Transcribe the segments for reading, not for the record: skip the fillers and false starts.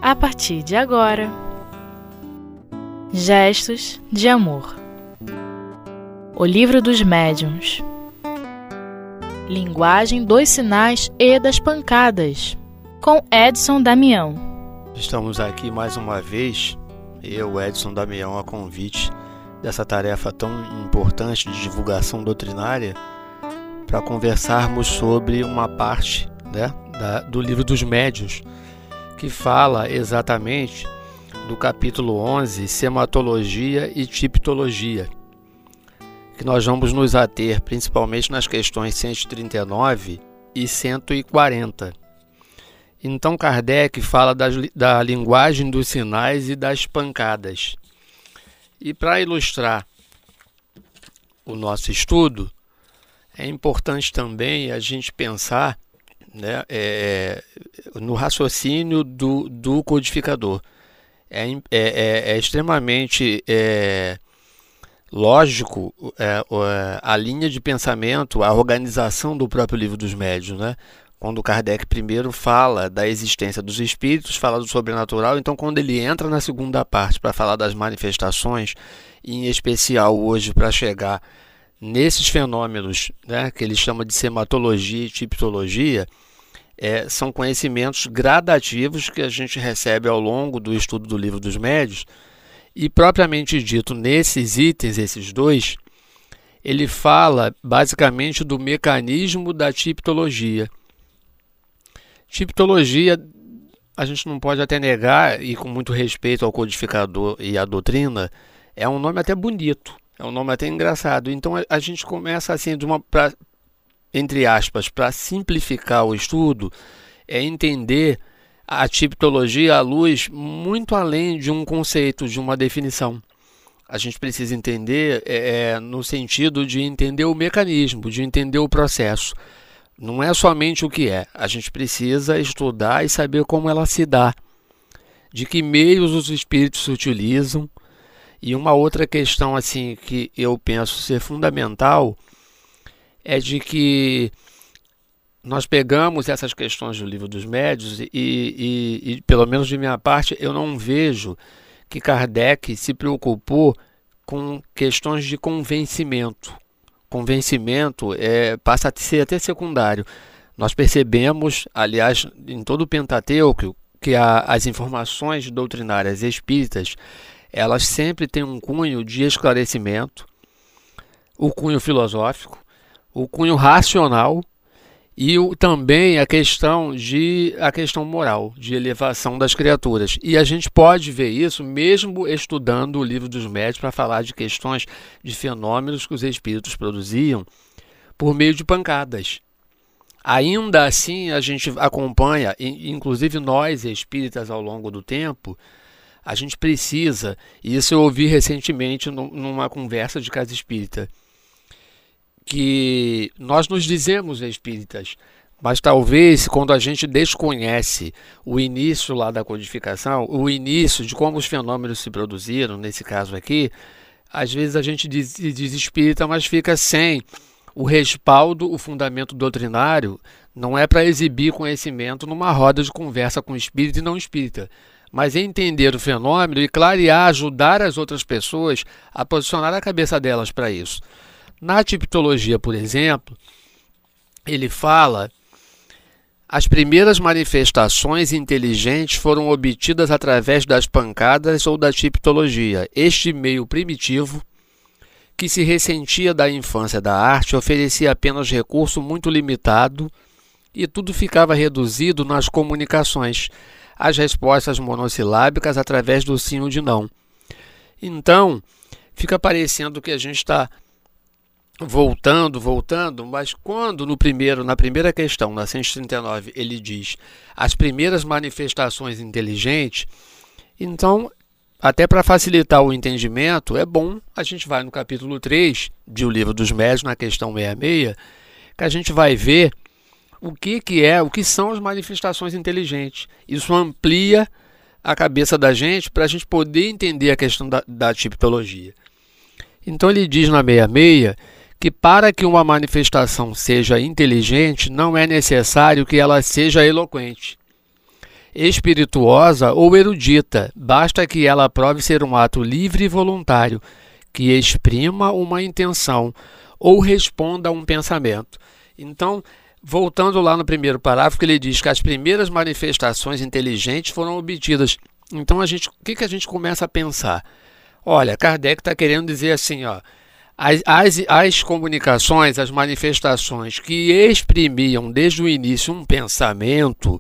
a partir de agora. Gestos de Amor. O Livro dos Médiuns. Linguagem dos Sinais e das Pancadas, com Edson Damião. Estamos aqui mais uma vez, eu, Edson Damião, a convite dessa tarefa tão importante de divulgação doutrinária, para conversarmos sobre uma parte, do Livro dos Médiuns, que fala exatamente do capítulo 11, Sematologia e Tipologia, que nós vamos nos ater principalmente nas questões 139 e 140. Então Kardec fala da linguagem dos sinais e das pancadas. E para ilustrar o nosso estudo, é importante também a gente pensar no raciocínio do codificador. É extremamente lógico a linha de pensamento, a organização do próprio Livro dos Médiuns, Quando Kardec primeiro fala da existência dos espíritos, fala do sobrenatural, então quando ele entra na segunda parte para falar das manifestações, em especial hoje para chegar nesses fenômenos, que ele chama de sematologia e tipologia, são conhecimentos gradativos que a gente recebe ao longo do estudo do Livro dos Médiuns, e propriamente dito nesses itens, esses dois, ele fala basicamente do mecanismo da tipologia. Tipologia, a gente não pode até negar, e com muito respeito ao codificador e à doutrina, é um nome até bonito, é um nome até engraçado. Então a gente começa assim, entre aspas, para simplificar o estudo, entender a tipologia à luz muito além de um conceito, de uma definição. A gente precisa entender no sentido de entender o mecanismo, de entender o processo. Não é somente o que é, a gente precisa estudar e saber como ela se dá, de que meios os espíritos se utilizam. E uma outra questão assim que eu penso ser fundamental é de que nós pegamos essas questões do Livro dos Médiuns e pelo menos de minha parte, eu não vejo que Kardec se preocupou com questões de convencimento. Convencimento passa a ser até secundário. Nós percebemos, aliás, em todo o Pentateuco, que as informações doutrinárias espíritas, elas sempre têm um cunho de esclarecimento, o cunho filosófico, o cunho racional e também a questão moral, de elevação das criaturas. E a gente pode ver isso mesmo estudando o Livro dos Médiuns para falar de questões de fenômenos que os espíritos produziam por meio de pancadas. Ainda assim, a gente acompanha, inclusive nós espíritas ao longo do tempo, a gente precisa, e isso eu ouvi recentemente numa conversa de casa espírita, que nós nos dizemos espíritas, mas talvez quando a gente desconhece o início lá da codificação, o início de como os fenômenos se produziram, nesse caso aqui, às vezes a gente diz espírita, mas fica sem o respaldo, o fundamento doutrinário. Não é para exibir conhecimento numa roda de conversa com espírita e não espírita, mas entender o fenômeno e clarear, ajudar as outras pessoas a posicionar a cabeça delas para isso. Na tipologia, por exemplo, ele fala: as primeiras manifestações inteligentes foram obtidas através das pancadas ou da tipologia. Este meio primitivo, que se ressentia da infância da arte, oferecia apenas recurso muito limitado e tudo ficava reduzido nas comunicações, as respostas monossilábicas através do sim ou de não. Então, fica parecendo que a gente está voltando, mas quando na primeira questão, na 139, ele diz as primeiras manifestações inteligentes, então, até para facilitar o entendimento, é bom a gente vai no capítulo 3 de O Livro dos Médiuns, na questão 66, que a gente vai ver o que são as manifestações inteligentes. Isso amplia a cabeça da gente para a gente poder entender a questão da tipologia. Então ele diz na 66 que para que uma manifestação seja inteligente, não é necessário que ela seja eloquente. espirituosa ou erudita, basta que ela prove ser um ato livre e voluntário, que exprima uma intenção ou responda a um pensamento. Então, voltando lá no primeiro parágrafo, que ele diz que as primeiras manifestações inteligentes foram obtidas. Então, o que a gente começa a pensar? Olha, Kardec está querendo dizer assim, ó, as comunicações, as manifestações que exprimiam desde o início um pensamento,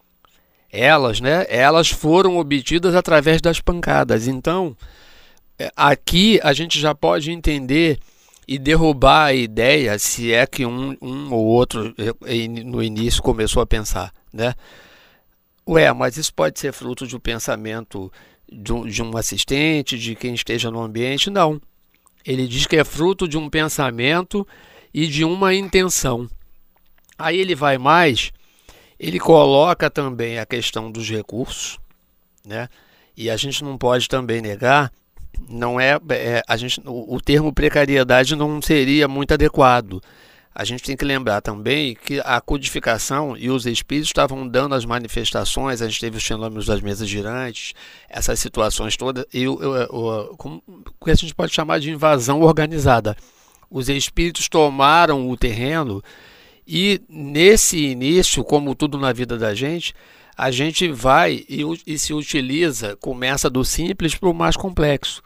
elas foram obtidas através das pancadas. Então, aqui a gente já pode entender e derrubar a ideia, se é que um ou outro no início começou a pensar, né? Mas isso pode ser fruto de um pensamento de um assistente, de quem esteja no ambiente? Não. Ele diz que é fruto de um pensamento e de uma intenção. Aí ele vai mais, ele coloca também a questão dos recursos, né? E a gente não pode também negar, o termo precariedade não seria muito adequado. A gente tem que lembrar também que a codificação e os espíritos estavam dando as manifestações, a gente teve os fenômenos das mesas girantes, essas situações todas, e o que a gente pode chamar de invasão organizada. Os espíritos tomaram o terreno e nesse início, como tudo na vida da gente, a gente vai e se utiliza, começa do simples para o mais complexo.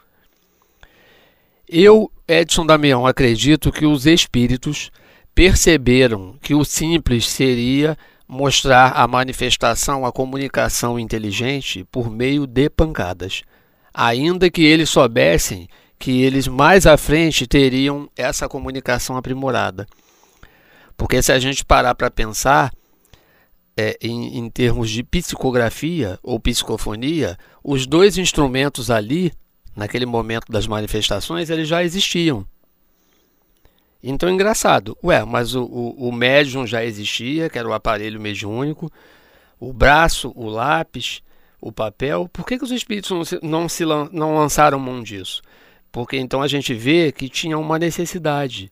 Eu, Edson Damião, acredito que os espíritos perceberam que o simples seria mostrar a manifestação, a comunicação inteligente por meio de pancadas, ainda que eles soubessem que eles mais à frente teriam essa comunicação aprimorada. Porque se a gente parar para pensar em termos de psicografia ou psicofonia, os dois instrumentos ali, naquele momento das manifestações, eles já existiam. Então, engraçado, mas o médium já existia, que era o aparelho mediúnico, o braço, o lápis, o papel. Por que os espíritos não lançaram mão disso? Porque então a gente vê que tinha uma necessidade.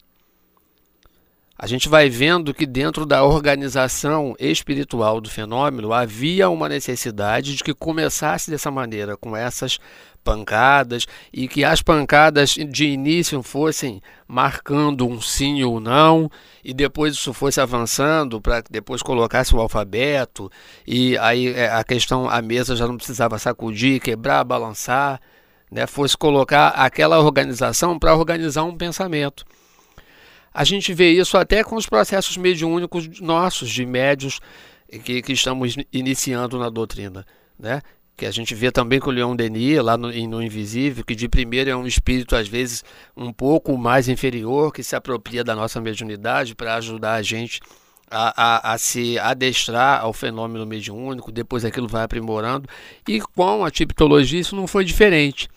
A gente vai vendo que dentro da organização espiritual do fenômeno havia uma necessidade de que começasse dessa maneira, com essas pancadas, e que as pancadas de início fossem marcando um sim ou não, e depois isso fosse avançando para que depois colocasse o alfabeto, e aí a mesa já não precisava sacudir, quebrar, balançar, né? Fosse colocar aquela organização para organizar um pensamento. A gente vê isso até com os processos mediúnicos nossos, de médiuns que estamos iniciando na doutrina, né? Que a gente vê também com o Leon Denis, lá no Invisível, que de primeiro é um espírito, às vezes, um pouco mais inferior, que se apropria da nossa mediunidade para ajudar a gente a se adestrar ao fenômeno mediúnico, depois aquilo vai aprimorando, e com a tipologia isso não foi diferente.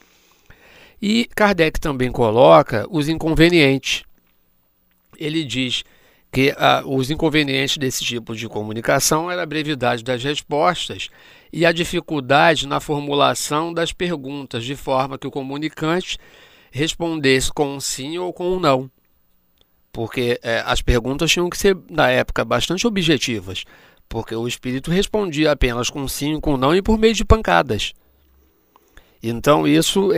E Kardec também coloca os inconvenientes. Ele diz que os inconvenientes desse tipo de comunicação era a brevidade das respostas e a dificuldade na formulação das perguntas, de forma que o comunicante respondesse com um sim ou com um não. Porque as perguntas tinham que ser, na época, bastante objetivas, porque o espírito respondia apenas com sim, com não e por meio de pancadas. Então isso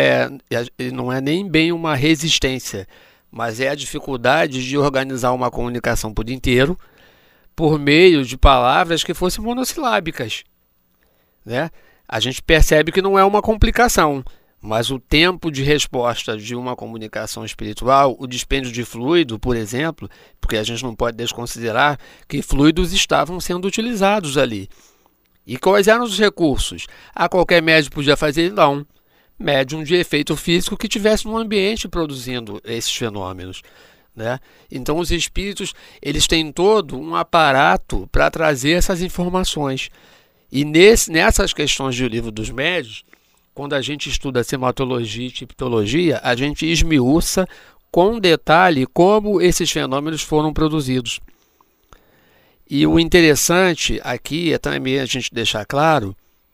não é nem bem uma resistência, mas é a dificuldade de organizar uma comunicação por inteiro por meio de palavras que fossem monossilábicas, né? A gente percebe que não é uma complicação, mas o tempo de resposta de uma comunicação espiritual, o dispêndio de fluido, por exemplo, porque a gente não pode desconsiderar que fluidos estavam sendo utilizados ali. E quais eram os recursos? Qualquer médium podia fazer? Não. Médium de efeito físico que tivesse no ambiente produzindo esses fenômenos, né? Então os espíritos, eles têm todo um aparato para trazer essas informações. E nessas questões do Livro dos Médiuns, quando a gente estuda sematologia e tipologia, a gente esmiuça com detalhe como esses fenômenos foram produzidos. E o interessante aqui é também a gente deixar claro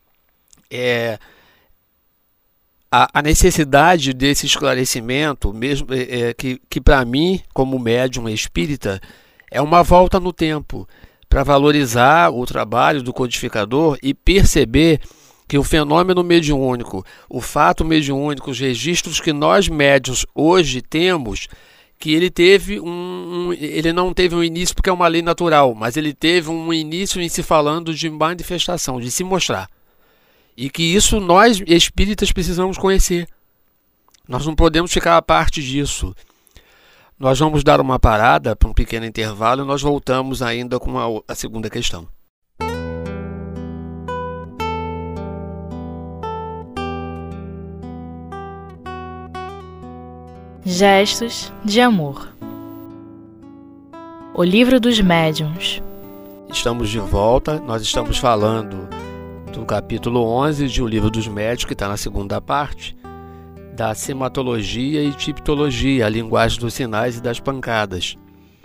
a necessidade desse esclarecimento, mesmo que para mim, como médium espírita, é uma volta no tempo, para valorizar o trabalho do codificador e perceber que o fenômeno mediúnico, o fato mediúnico, os registros que nós médiuns hoje temos, que ele teve ele não teve um início porque é uma lei natural, mas ele teve um início em se falando de manifestação, de se mostrar. E que isso nós espíritas precisamos conhecer. Nós não podemos ficar à parte disso. Nós vamos dar uma parada para um pequeno intervalo e nós voltamos ainda com a segunda questão. Gestos de amor. O Livro dos Médiuns. Estamos de volta, nós estamos falando do capítulo 11 de O Livro dos Médiuns, que está na segunda parte, da sematologia e tipologia, a linguagem dos sinais e das pancadas.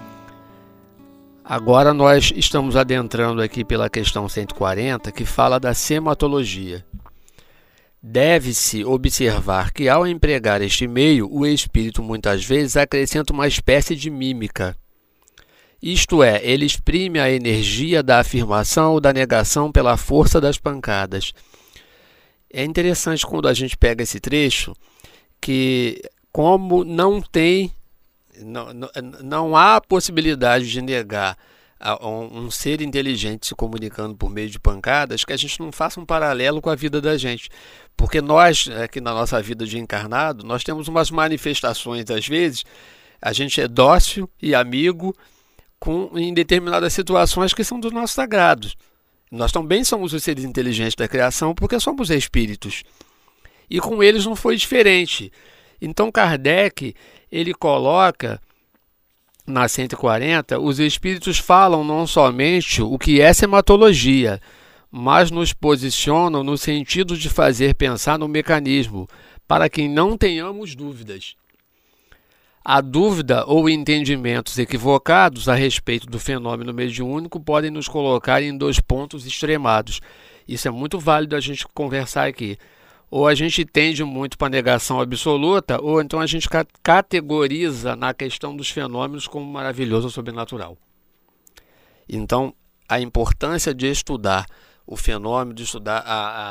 Agora nós estamos adentrando aqui pela questão 140, que fala da sematologia. Deve-se observar que, ao empregar este meio, o espírito muitas vezes acrescenta uma espécie de mímica. Isto é, ele exprime a energia da afirmação ou da negação pela força das pancadas. É interessante quando a gente pega esse trecho, que como não há possibilidade de negar a um ser inteligente se comunicando por meio de pancadas, que a gente não faça um paralelo com a vida da gente. Porque nós, aqui na nossa vida de encarnado, nós temos umas manifestações, às vezes, a gente é dócil e amigo em determinadas situações que são dos nossos sagrados. Nós também somos os seres inteligentes da criação porque somos espíritos. E com eles não foi diferente. Então Kardec, ele coloca na 140, os espíritos falam não somente o que é sematologia, mas nos posicionam no sentido de fazer pensar no mecanismo, para que não tenhamos dúvidas. A dúvida ou entendimentos equivocados a respeito do fenômeno mediúnico podem nos colocar em dois pontos extremados. Isso é muito válido a gente conversar aqui. Ou a gente tende muito para a negação absoluta, ou então a gente categoriza na questão dos fenômenos como maravilhoso ou sobrenatural. Então, a importância de estudar o fenômeno, de estudar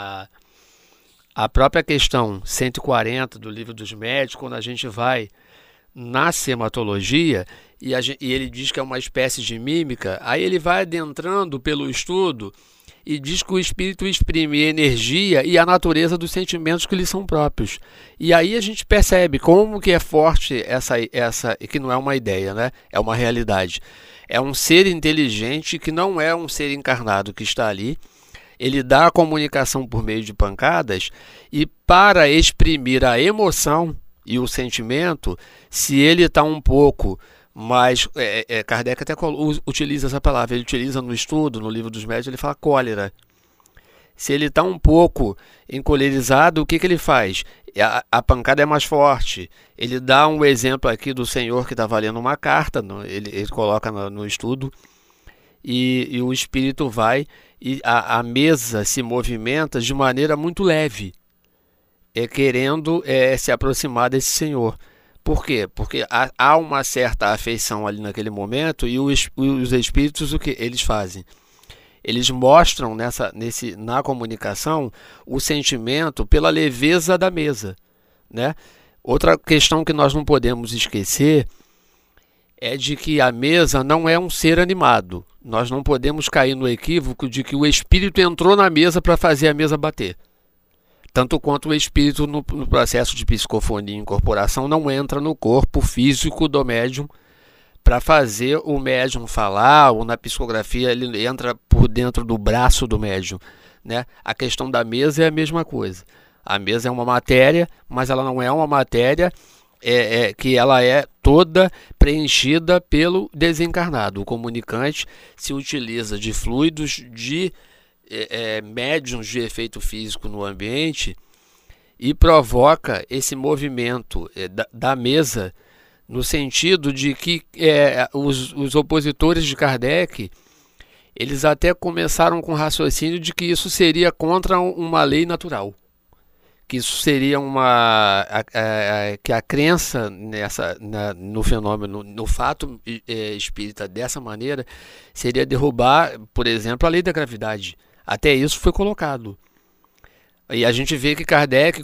a própria questão 140 do Livro dos Médiuns, quando a gente vai na sematologia, e ele diz que é uma espécie de mímica, aí ele vai adentrando pelo estudo e diz que o espírito exprime energia e a natureza dos sentimentos que lhe são próprios. E aí a gente percebe como que é forte essa que não é uma ideia, né? É uma realidade. É um ser inteligente que não é um ser encarnado que está ali. Ele dá a comunicação por meio de pancadas e para exprimir a emoção e o sentimento, se ele está um pouco mais... Kardec até utiliza essa palavra, ele utiliza no estudo, no Livro dos Médiuns, ele fala cólera. Se ele está um pouco encolerizado, o que ele faz? A pancada é mais forte. Ele dá um exemplo aqui do senhor que está lendo uma carta, ele coloca no estudo, e o espírito vai, e a mesa se movimenta de maneira muito leve, querendo se aproximar desse senhor. Por quê? Porque há uma certa afeição ali naquele momento, e os espíritos, o que eles fazem? Eles mostram na comunicação o sentimento pela leveza da mesa, né? Outra questão que nós não podemos esquecer é de que a mesa não é um ser animado. Nós não podemos cair no equívoco de que o espírito entrou na mesa para fazer a mesa bater. Tanto quanto o espírito no processo de psicofonia e incorporação não entra no corpo físico do médium para fazer o médium falar, ou na psicografia ele entra por dentro do braço do médium, né? A questão da mesa é a mesma coisa. A mesa é uma matéria, mas ela não é uma matéria que ela é toda preenchida pelo desencarnado. O comunicante se utiliza de fluidos de médiums de efeito físico no ambiente e provoca esse movimento da mesa, no sentido de que os opositores de Kardec, eles até começaram com o raciocínio de que isso seria contra uma lei natural, que isso seria que a crença no fenômeno, no fato espírita dessa maneira, seria derrubar, por exemplo, a lei da gravidade. Até isso foi colocado. E a gente vê que Kardec,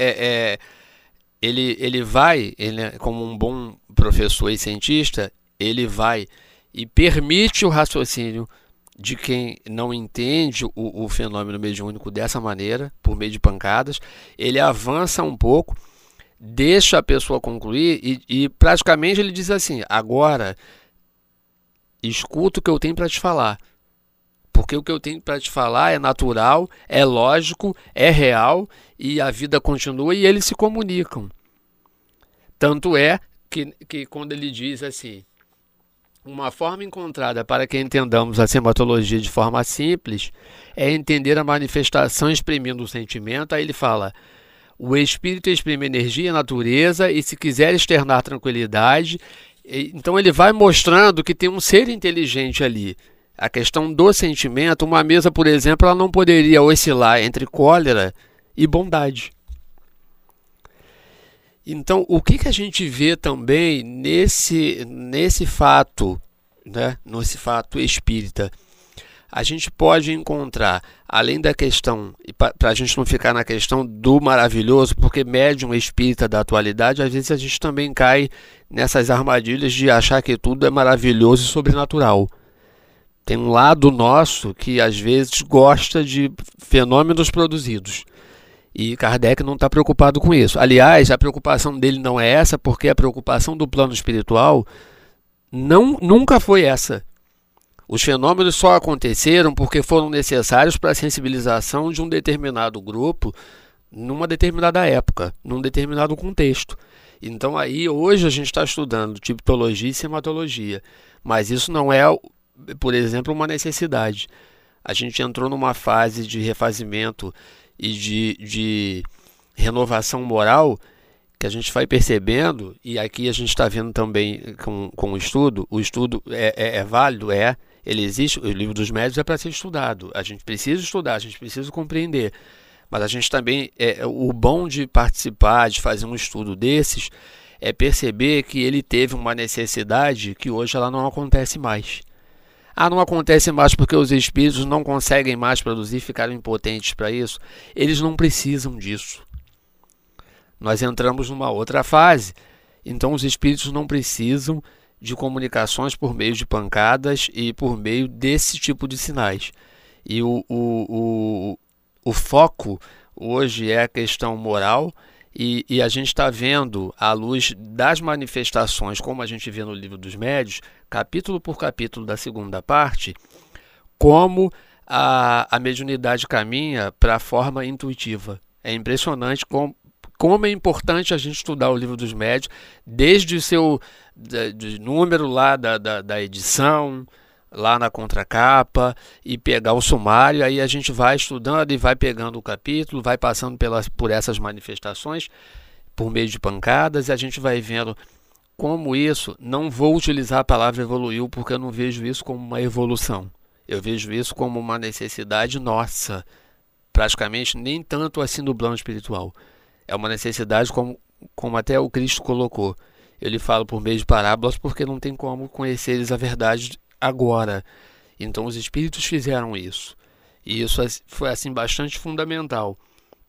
ele vai, como um bom professor e cientista, ele vai e permite o raciocínio de quem não entende o fenômeno mediúnico dessa maneira, por meio de pancadas. Ele avança um pouco, deixa a pessoa concluir e praticamente ele diz assim: agora escuta o que eu tenho para te falar, porque o que eu tenho para te falar é natural, é lógico, é real, e a vida continua e eles se comunicam. Tanto é que quando ele diz assim: uma forma encontrada para que entendamos a sematologia de forma simples é entender a manifestação exprimindo o sentimento. Aí ele fala: o espírito exprime energia, natureza, e se quiser externar tranquilidade. Então ele vai mostrando que tem um ser inteligente ali. A questão do sentimento, uma mesa, por exemplo, ela não poderia oscilar entre cólera e bondade. Então, o que a gente vê também nesse fato, né, nesse fato espírita? A gente pode encontrar, além da questão, para a gente não ficar na questão do maravilhoso, porque médium espírita da atualidade, às vezes a gente também cai nessas armadilhas de achar que tudo é maravilhoso e sobrenatural. Tem um lado nosso que às vezes gosta de fenômenos produzidos. E Kardec não está preocupado com isso. Aliás, a preocupação dele não é essa, porque a preocupação do plano espiritual nunca foi essa. Os fenômenos só aconteceram porque foram necessários para a sensibilização de um determinado grupo, numa determinada época, num determinado contexto. Então aí hoje a gente está estudando tipologia e sematologia, mas isso não é, por exemplo, uma necessidade. A gente entrou numa fase de refazimento e de renovação moral que a gente vai percebendo, e aqui a gente está vendo também com o estudo é válido, ele existe, o livro dos médiuns é para ser estudado, a gente precisa estudar, a gente precisa compreender, mas a gente também, o bom de participar, de fazer um estudo desses, é perceber que ele teve uma necessidade que hoje ela não acontece mais. Não acontece mais porque os espíritos não conseguem mais produzir, ficaram impotentes para isso. Eles não precisam disso. Nós entramos numa outra fase, então os espíritos não precisam de comunicações por meio de pancadas e por meio desse tipo de sinais. E o foco hoje é a questão moral, e a gente está vendo, à luz das manifestações, como a gente vê no livro dos médiuns, capítulo por capítulo da segunda parte, como a mediunidade caminha para a forma intuitiva. É impressionante como é importante a gente estudar o livro dos médiuns, desde o seu número lá da edição, lá na contracapa, e pegar o sumário. Aí a gente vai estudando e vai pegando o capítulo, vai passando por essas manifestações, por meio de pancadas, e a gente vai vendo como isso, não vou utilizar a palavra evoluiu, porque eu não vejo isso como uma evolução. Eu vejo isso como uma necessidade nossa, praticamente nem tanto assim no plano espiritual. É uma necessidade como até o Cristo colocou. Ele fala por meio de parábolas porque não tem como conhecer eles a verdade agora. Então os espíritos fizeram isso. E isso foi assim bastante fundamental.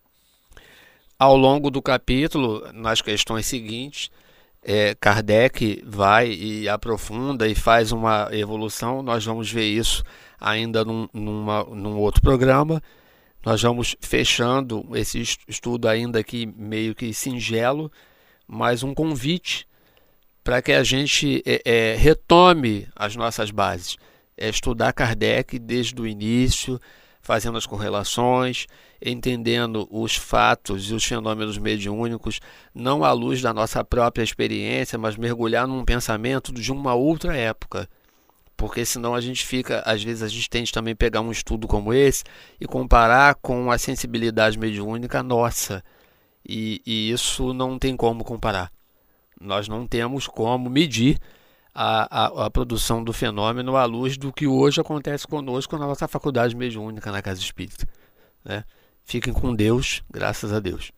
Ao longo do capítulo, nas questões seguintes, Kardec vai e aprofunda e faz uma evolução. Nós vamos ver isso ainda num outro programa. Nós vamos fechando esse estudo ainda aqui meio que singelo, mas um convite para que a gente retome as nossas bases. Estudar Kardec desde o início, fazendo as correlações, entendendo os fatos e os fenômenos mediúnicos, não à luz da nossa própria experiência, mas mergulhar num pensamento de uma outra época. Porque senão a gente fica, às vezes a gente tende também pegar um estudo como esse e comparar com a sensibilidade mediúnica nossa. E isso não tem como comparar. Nós não temos como medir a produção do fenômeno à luz do que hoje acontece conosco na nossa faculdade mediúnica na Casa Espírita, né? Fiquem com Deus, graças a Deus.